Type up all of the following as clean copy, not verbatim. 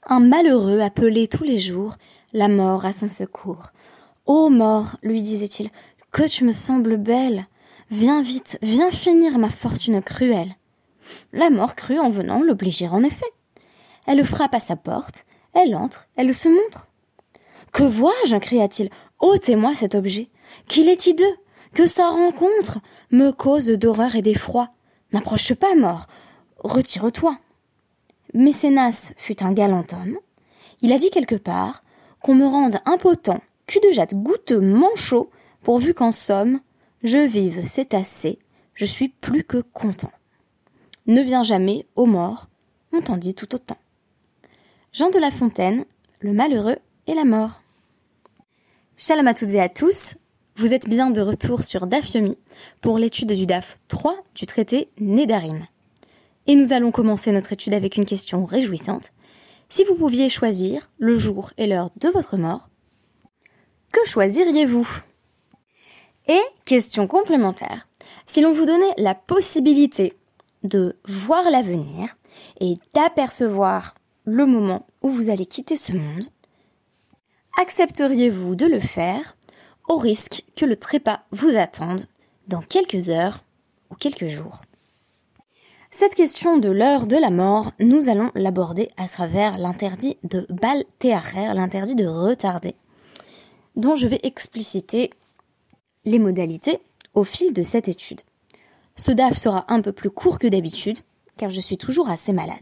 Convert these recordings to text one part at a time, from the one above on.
Un malheureux appelait tous les jours la mort à son secours. « Ô mort, lui disait-il, que tu me sembles belle. Viens vite, viens finir ma fortune cruelle. » La mort crut en venant l'obliger en effet. Elle frappe à sa porte, elle entre, elle se montre. « Que vois-je » cria-t-il, « ôtez-moi cet objet. Qu'il est hideux, que sa rencontre me cause d'horreur et d'effroi. N'approche pas, mort, retire-toi. » Mécénas fut un galant homme. Il a dit quelque part qu'on me rende impotent, cul-de-jatte goutteux, manchot, pourvu qu'en somme, je vive, c'est assez, je suis plus que content. Ne viens jamais, ô mort, on t'en dit tout autant. Jean de La Fontaine, Le malheureux et la mort. Shalom à toutes et à tous, vous êtes bien de retour sur Daf Yomi pour l'étude du Daf 3 du traité Nédarim. Et nous allons commencer notre étude avec une question réjouissante. Si vous pouviez choisir le jour et l'heure de votre mort, que choisiriez-vous ? Et question complémentaire, si l'on vous donnait la possibilité de voir l'avenir et d'apercevoir le moment où vous allez quitter ce monde, accepteriez-vous de le faire au risque que le trépas vous attende dans quelques heures ou quelques jours ? Cette question de l'heure de la mort, nous allons l'aborder à travers l'interdit de Bal Teacher, l'interdit de retarder, dont je vais expliciter les modalités au fil de cette étude. Ce DAF sera un peu plus court que d'habitude, car je suis toujours assez malade.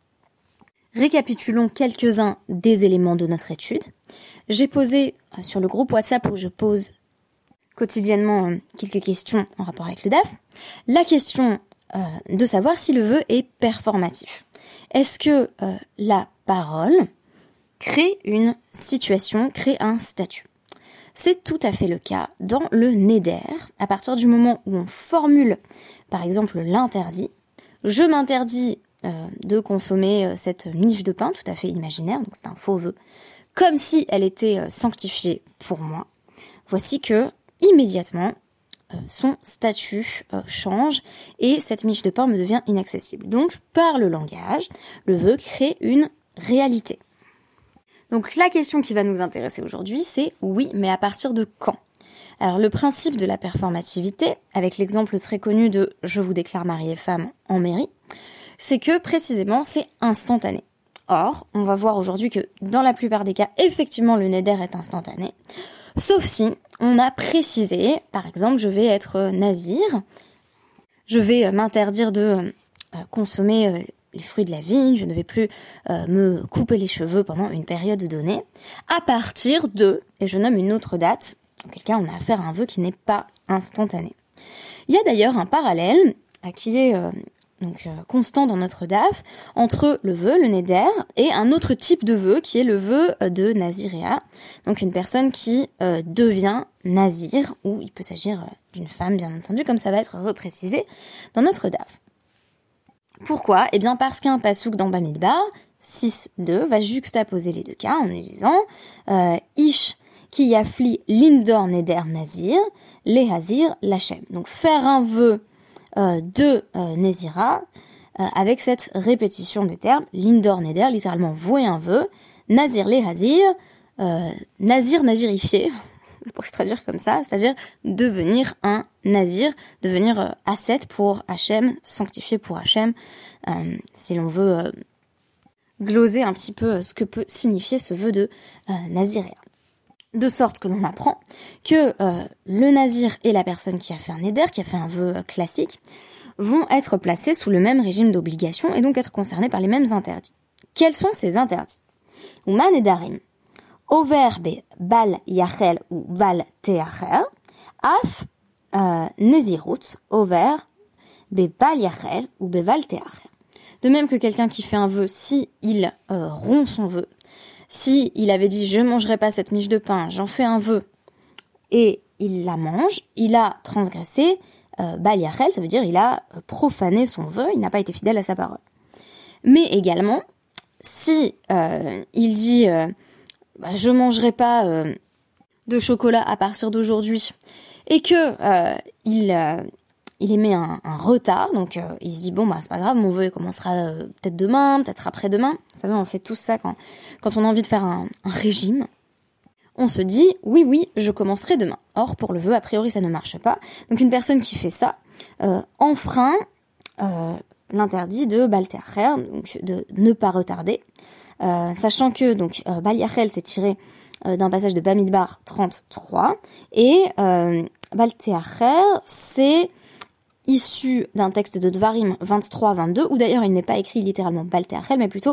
Récapitulons quelques-uns des éléments de notre étude. J'ai posé sur le groupe WhatsApp où je pose quotidiennement quelques questions en rapport avec le DAF, la question de savoir si le vœu est performatif. Est-ce que la parole crée une situation, crée un statut ? C'est tout à fait le cas dans le Néder. À partir du moment où on formule, par exemple, l'interdit, je m'interdis de consommer cette miche de pain, tout à fait imaginaire, donc c'est un faux vœu, comme si elle était sanctifiée pour moi. Voici que, immédiatement, son statut change et cette miche de pain me devient inaccessible. Donc, par le langage, le vœu crée une réalité. Donc, la question qui va nous intéresser aujourd'hui, c'est oui, mais à partir de quand ? Alors, le principe de la performativité, avec l'exemple très connu de « je vous déclare mari et femme en mairie », c'est que, précisément, c'est instantané. Or, on va voir aujourd'hui que, dans la plupart des cas, effectivement, le Néder est instantané, sauf si on a précisé, par exemple, je vais être nazir, je vais m'interdire de consommer les fruits de la vigne, je ne vais plus me couper les cheveux pendant une période donnée, à partir de, et je nomme une autre date, en quel cas on a affaire à un vœu qui n'est pas instantané. Il y a d'ailleurs un parallèle qui est constant dans notre DAF entre le vœu, le Néder, et un autre type de vœu qui est le vœu de Naziréa, donc une personne qui devient nazir, ou il peut s'agir d'une femme bien entendu, comme ça va être reprécisé dans notre DAF. Pourquoi ? Eh bien parce qu'un pasouk dans Bamidbar, 6.2, va juxtaposer les deux cas en nous disant Ish ki yafli lindor neder nazir, le hazir lachem. Donc faire un vœu de Nézira, avec cette répétition des termes, lindor neder, littéralement vouer un vœu, nazir le hazir, nazir nazirifié, pour se traduire comme ça, c'est-à-dire devenir un nazir, devenir ascète pour Hachem, sanctifié pour Hachem, si l'on veut gloser un petit peu ce que peut signifier ce vœu de naziréa. De sorte que l'on apprend que le nazir et la personne qui a fait un néder, qui a fait un vœu classique, vont être placés sous le même régime d'obligation et donc être concernés par les mêmes interdits. Quels sont ces interdits ? Uma nedarim, over be bal yachel ou bal teacher, af nezirut, over be bal yachel ou be bal teacher. De même que quelqu'un qui fait un vœu, si il rompt son vœu, si il avait dit « je mangerai pas cette miche de pain », j'en fais un vœu, et il la mange, il a transgressé Bal Yachel, ça veut dire il a profané son vœu, il n'a pas été fidèle à sa parole. Mais également, si il dit je mangerai pas de chocolat à partir d'aujourd'hui, et que il il émet un retard, donc il se dit bon bah c'est pas grave, mon vœu il commencera peut-être demain, peut-être après-demain. Vous savez, on fait tout ça quand on a envie de faire un régime. On se dit oui, je commencerai demain. Or pour le vœu, a priori ça ne marche pas. Donc une personne qui fait ça enfreint l'interdit de Bal Te'acher, donc de ne pas retarder, sachant que donc Bal Yachel c'est tiré d'un passage de Bamidbar 33 et Bal Te'acher c'est issu d'un texte de Dvarim 23-22, où d'ailleurs il n'est pas écrit littéralement Bal Te'acher, mais plutôt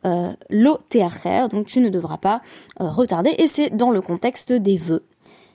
Lo Te'acher, donc tu ne devras pas retarder, et c'est dans le contexte des vœux.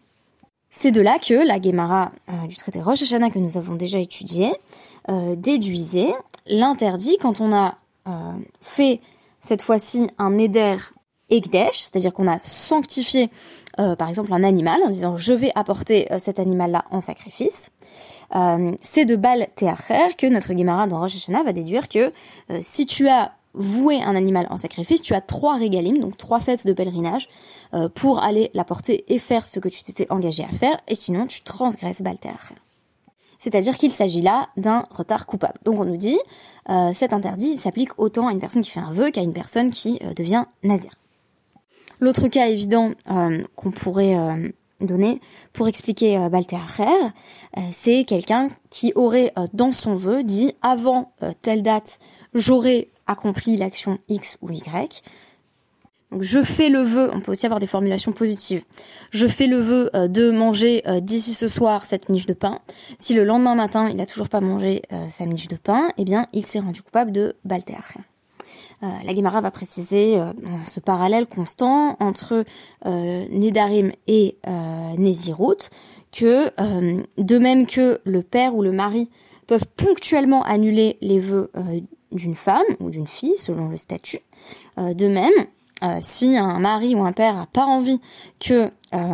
C'est de là que la Guémara du traité Rosh Hashanah que nous avons déjà étudié déduisait l'interdit quand on a fait cette fois-ci un Neder Ekdesh, c'est-à-dire qu'on a sanctifié par exemple un animal en disant je vais apporter cet animal-là en sacrifice. C'est de Bal Te'acher que notre Guémara dans Rosh Hashanah va déduire que si tu as voué un animal en sacrifice, tu as 3 régalim, donc 3 fêtes de pèlerinage, pour aller l'apporter et faire ce que tu t'étais engagé à faire, et sinon tu transgresses Bal Te'acher. C'est-à-dire qu'il s'agit là d'un retard coupable. Donc on nous dit, cet interdit s'applique autant à une personne qui fait un vœu qu'à une personne qui devient nazir. L'autre cas évident qu'on pourrait donner pour expliquer Bal Te'acher, c'est quelqu'un qui aurait dans son vœu dit avant telle date j'aurais accompli l'action X ou Y. Donc je fais le vœu, on peut aussi avoir des formulations positives. Je fais le vœu de manger d'ici ce soir cette miche de pain. Si le lendemain matin il n'a toujours pas mangé sa miche de pain, eh bien il s'est rendu coupable de Bal Te'acher. La Guémara va préciser ce parallèle constant entre Nedarim et Nézirut, que de même que le père ou le mari peuvent ponctuellement annuler les vœux d'une femme ou d'une fille selon le statut, de même, si un mari ou un père n'a pas envie que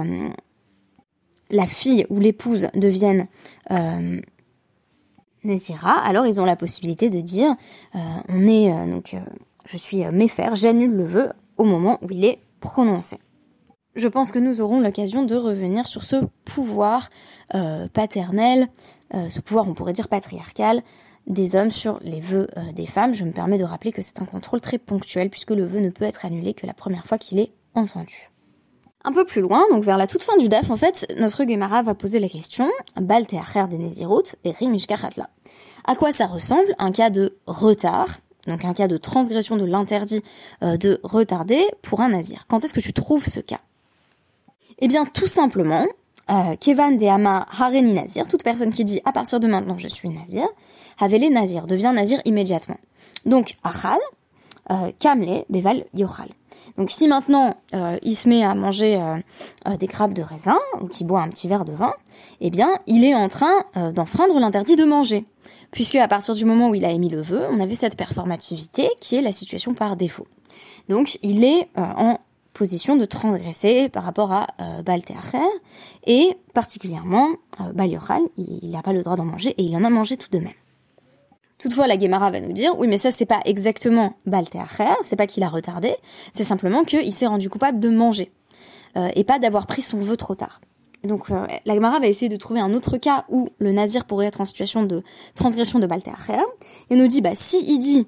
la fille ou l'épouse devienne Nézira, alors ils ont la possibilité de dire je suis méfer, j'annule le vœu au moment où il est prononcé. Je pense que nous aurons l'occasion de revenir sur ce pouvoir paternel, ce pouvoir on pourrait dire patriarcal, des hommes sur les vœux des femmes. Je me permets de rappeler que c'est un contrôle très ponctuel puisque le vœu ne peut être annulé que la première fois qu'il est entendu. Un peu plus loin, donc vers la toute fin du daf, en fait, notre Guémara va poser la question Bal Te'acher des Nézirut et Ri Mishkachatla. À quoi ça ressemble un cas de retard, donc un cas de transgression de l'interdit de retarder pour un nazir? Quand est-ce que tu trouves ce cas? Eh bien, tout simplement, Kevan de Hama Hareni Nazir, toute personne qui dit à partir de maintenant je suis nazir, Havele Nazir, devient nazir immédiatement. Donc, Achal, Kamle, Beval, Yochal. Donc si maintenant il se met à manger des grappes de raisin ou qu'il boit un petit verre de vin, eh bien il est en train d'enfreindre l'interdit de manger. Puisque à partir du moment où il a émis le vœu, on avait cette performativité qui est la situation par défaut. Donc il est en position de transgresser par rapport à Bal Te'acher et particulièrement Bal Yochal, il n'a pas le droit d'en manger et il en a mangé tout de même. Toutefois, la Guémara va nous dire, oui, mais ça, c'est pas exactement Bal Te'acher, c'est pas qu'il a retardé, c'est simplement qu'il s'est rendu coupable de manger, et pas d'avoir pris son vœu trop tard. Donc, la Guémara va essayer de trouver un autre cas où le nazir pourrait être en situation de transgression de Bal Te'acher, et nous dit, si il dit,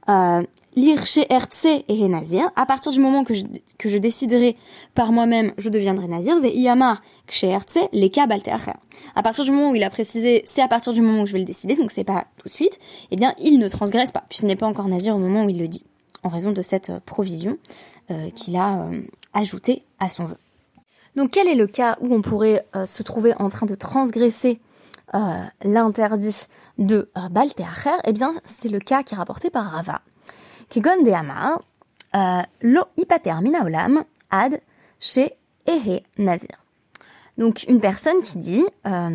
l'irche ertse et nazir, à partir du moment que je déciderai par moi-même, je deviendrai nazir, ve iyamar kshe ertse leka Bal Te'acher. À partir du moment où il a précisé, c'est à partir du moment où je vais le décider, donc c'est pas tout de suite, eh bien, il ne transgresse pas, puisqu'il n'est pas encore nazir au moment où il le dit, en raison de cette provision qu'il a ajoutée à son vœu. Donc, quel est le cas où on pourrait se trouver en train de transgresser l'interdit de Bal Te'acher? Eh bien, c'est le cas qui est rapporté par Rava. Kegon de Amar, lo ipater mina olam ad she ehe nazir. Donc une personne qui dit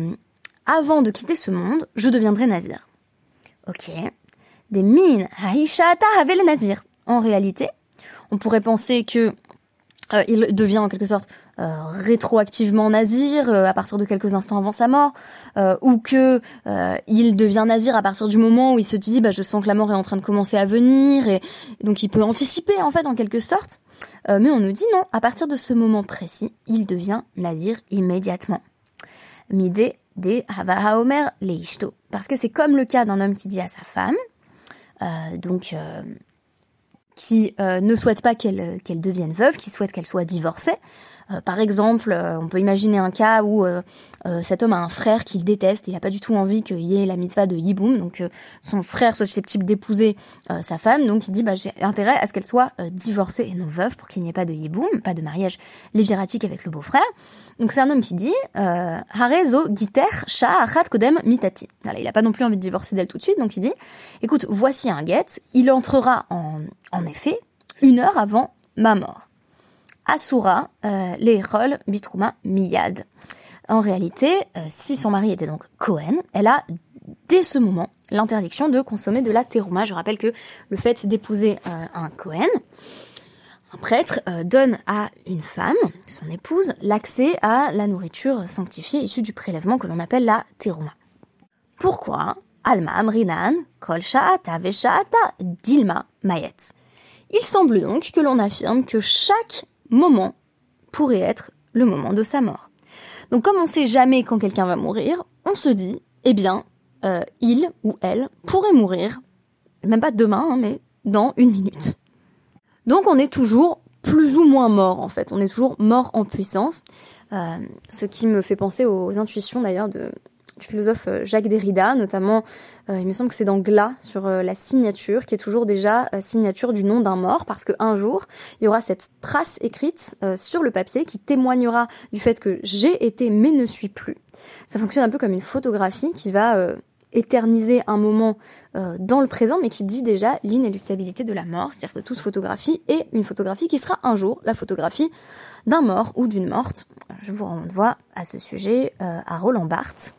avant de quitter ce monde, je deviendrai nazir. Ok. Des min haishata havel nazir. En réalité, on pourrait penser que il devient en quelque sorte rétroactivement nazir à partir de quelques instants avant sa mort, ou que il devient nazir à partir du moment où il se dit je sens que la mort est en train de commencer à venir, et donc il peut anticiper en fait en quelque sorte, mais on nous dit non, à partir de ce moment précis, il devient nazir immédiatement. Midé des hava haomer leishto. Parce que c'est comme le cas d'un homme qui dit à sa femme, qui ne souhaite pas qu'elle devienne veuve, qui souhaite qu'elle soit divorcée. Par exemple, on peut imaginer un cas où cet homme a un frère qu'il déteste, il n'a pas du tout envie qu'il y ait la mitzvah de Yiboum, donc son frère soit susceptible d'épouser sa femme, donc il dit j'ai intérêt à ce qu'elle soit divorcée et non veuve pour qu'il n'y ait pas de Yiboum, pas de mariage léviratique avec le beau-frère. Donc c'est un homme qui dit Harezo giter sha achat kodem mitati. Voilà, il n'a pas non plus envie de divorcer d'elle tout de suite, donc il dit écoute, voici un guet, il entrera en effet 1 heure avant ma mort. Asura le'echol bitrouma miyad. En réalité, si son mari était donc Cohen, elle a dès ce moment l'interdiction de consommer de la terouma. Je rappelle que le fait d'épouser un Cohen, un prêtre, donne à une femme, son épouse, l'accès à la nourriture sanctifiée issue du prélèvement que l'on appelle la terouma. Pourquoi Alma amrinan kol sha'ata ve'sha'ata dilma mayet. Il semble donc que l'on affirme que chaque moment pourrait être le moment de sa mort. Donc comme on ne sait jamais quand quelqu'un va mourir, on se dit, il ou elle pourrait mourir, même pas demain, mais dans 1 minute. Donc on est toujours plus ou moins mort en fait, on est toujours mort en puissance, ce qui me fait penser aux intuitions d'ailleurs du philosophe Jacques Derrida, notamment, il me semble que c'est dans Glas, sur la signature, qui est toujours déjà signature du nom d'un mort, parce qu'un jour, il y aura cette trace écrite sur le papier qui témoignera du fait que j'ai été mais ne suis plus. Ça fonctionne un peu comme une photographie qui va éterniser un moment dans le présent, mais qui dit déjà l'inéluctabilité de la mort, c'est-à-dire que toute photographie est une photographie qui sera un jour la photographie d'un mort ou d'une morte. Je vous renvoie à ce sujet à Roland Barthes.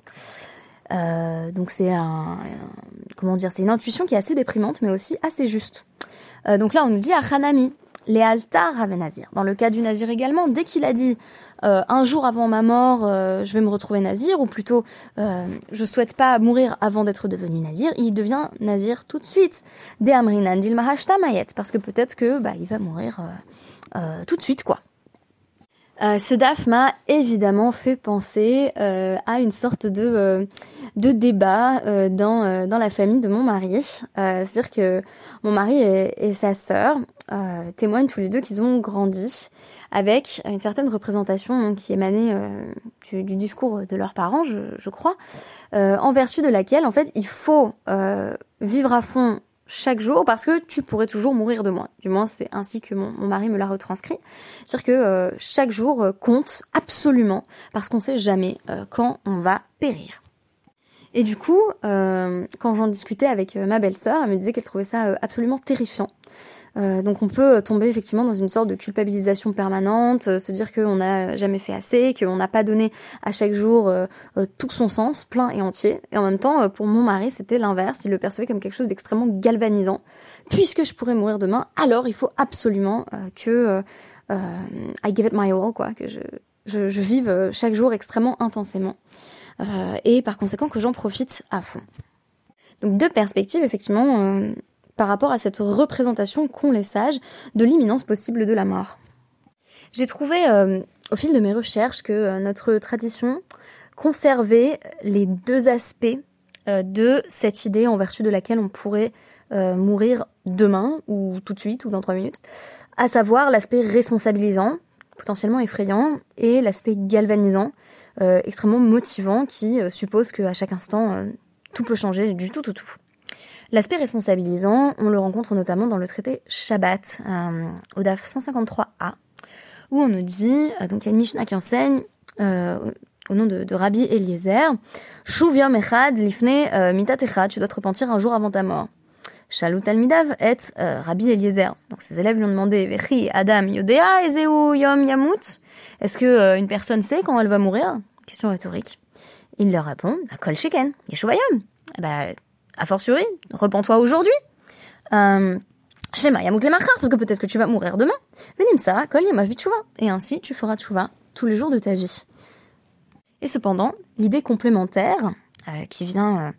Donc c'est c'est une intuition qui est assez déprimante, mais aussi assez juste. Donc là, on nous dit à Hanami, les altar ave nazir. Dans le cas du nazir également, dès qu'il a dit un jour avant ma mort, je vais me retrouver nazir, ou plutôt je souhaite pas mourir avant d'être devenu nazir, il devient nazir tout de suite. De amrinan dilmahashta mayet, parce que peut-être que il va mourir tout de suite, quoi. Ce daf m'a évidemment fait penser à une sorte de débat dans la famille de mon mari. C'est-à-dire que mon mari et sa sœur témoignent tous les deux qu'ils ont grandi avec une certaine représentation qui émanait du discours de leurs parents, je crois, en vertu de laquelle, en fait, il faut vivre à fond chaque jour, parce que tu pourrais toujours mourir de moi. Du moins, c'est ainsi que mon mari me l'a retranscrit. C'est-à-dire que chaque jour compte absolument, parce qu'on sait jamais quand on va périr. Et du coup, quand j'en discutais avec ma belle-sœur, elle me disait qu'elle trouvait ça absolument terrifiant. Donc on peut tomber effectivement dans une sorte de culpabilisation permanente, se dire qu'on n'a jamais fait assez, qu'on n'a pas donné à chaque jour tout son sens, plein et entier. Et en même temps, pour mon mari, c'était l'inverse, il le percevait comme quelque chose d'extrêmement galvanisant. Puisque je pourrais mourir demain, alors il faut absolument que I give it my all, quoi, que je vive chaque jour extrêmement intensément. Et par conséquent que j'en profite à fond. Donc 2 perspectives, effectivement, par rapport à cette représentation qu'ont les sages de l'imminence possible de la mort. J'ai trouvé, au fil de mes recherches, que notre tradition conservait les 2 aspects de cette idée en vertu de laquelle on pourrait mourir demain, ou tout de suite, ou dans 3 minutes, à savoir l'aspect responsabilisant, potentiellement effrayant, et l'aspect galvanisant, extrêmement motivant, qui suppose qu'à chaque instant, tout peut changer du tout au tout. L'aspect responsabilisant, on le rencontre notamment dans le traité Shabbat, au DAF 153a, où on nous dit, donc il y a une Mishnah qui enseigne, au nom de Rabbi Eliezer, Shuv yom echad lifne mitat echad, tu dois te repentir un jour avant ta mort. Shalut talmidav et Rabbi Eliezer. Donc ses élèves lui ont demandé, Vechi Adam yodea ezeu yom yamut, est-ce que une personne sait quand elle va mourir? Question rhétorique. Il leur répond, Kol sheken, Yeshuva yom. A fortiori, repens-toi aujourd'hui. Shema yamut lemachar, parce que peut-être que tu vas mourir demain. Venimsa kol yamav b'tshuva. Et ainsi, tu feras tshuva tous les jours de ta vie. Et cependant, l'idée complémentaire, qui vient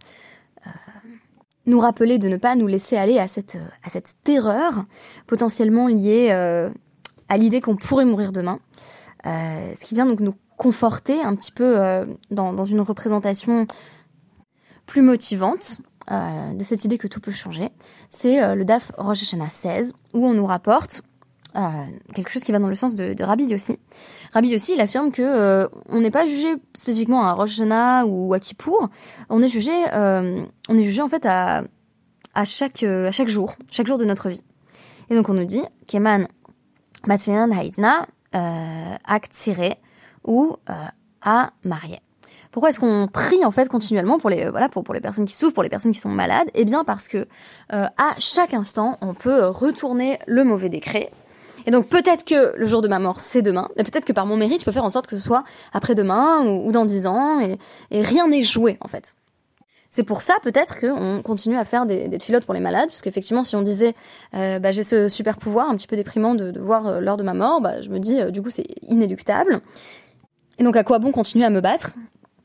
nous rappeler de ne pas nous laisser aller à cette terreur, potentiellement liée à l'idée qu'on pourrait mourir demain, ce qui vient donc nous conforter un petit peu dans une représentation plus motivante de cette idée que tout peut changer. C'est le Daf Rosh Hashanah 16, où on nous rapporte quelque chose qui va dans le sens de Rabbi Yossi. Rabbi Yossi, il affirme que on n'est pas jugé spécifiquement à Rosh Hashanah ou à Kippour, on est jugé en fait à chaque jour de notre vie. Et donc on nous dit Keman Matsenan Haidna Aktsire ou à marier. Pourquoi est-ce qu'on prie en fait continuellement pour les personnes qui souffrent, pour les personnes qui sont malades? Eh bien parce que à chaque instant on peut retourner le mauvais décret. Et donc peut-être que le jour de ma mort c'est demain, mais peut-être que par mon mérite je peux faire en sorte que ce soit après-demain ou dans 10 ans, et rien n'est joué en fait. C'est pour ça peut-être qu'on continue à faire des tfilotes pour les malades, parce qu'effectivement si on disait j'ai ce super pouvoir un petit peu déprimant de voir l'heure de ma mort, je me dis du coup c'est inéluctable. Et donc à quoi bon continuer à me battre?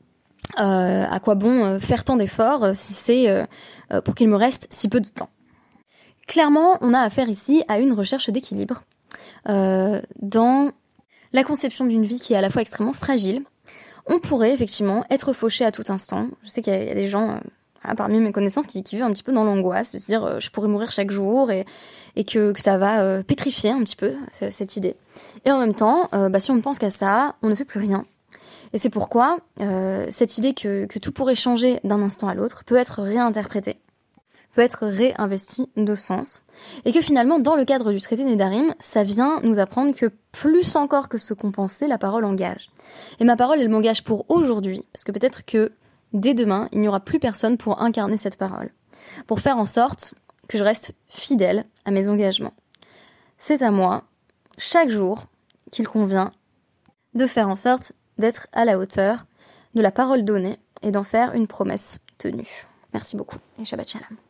À quoi bon faire tant d'efforts si c'est pour qu'il me reste si peu de temps? Clairement, on a affaire ici à une recherche d'équilibre dans la conception d'une vie qui est à la fois extrêmement fragile. On pourrait effectivement être fauché à tout instant. Je sais qu'il y a des gens parmi mes connaissances qui vivent un petit peu dans l'angoisse de se dire je pourrais mourir chaque jour et que ça va pétrifier un petit peu cette idée. Et en même temps, si on ne pense qu'à ça, on ne fait plus rien. Et c'est pourquoi cette idée que tout pourrait changer d'un instant à l'autre peut être réinterprétée, peut être réinvestie de sens, et que finalement, dans le cadre du traité Nédarim, ça vient nous apprendre que plus encore que ce qu'on pensait, la parole engage. Et ma parole, elle m'engage pour aujourd'hui, parce que peut-être que dès demain, il n'y aura plus personne pour incarner cette parole, pour faire en sorte que je reste fidèle à mes engagements. C'est à moi, chaque jour, qu'il convient de faire en sorte d'être à la hauteur de la parole donnée et d'en faire une promesse tenue. Merci beaucoup et Shabbat Shalom.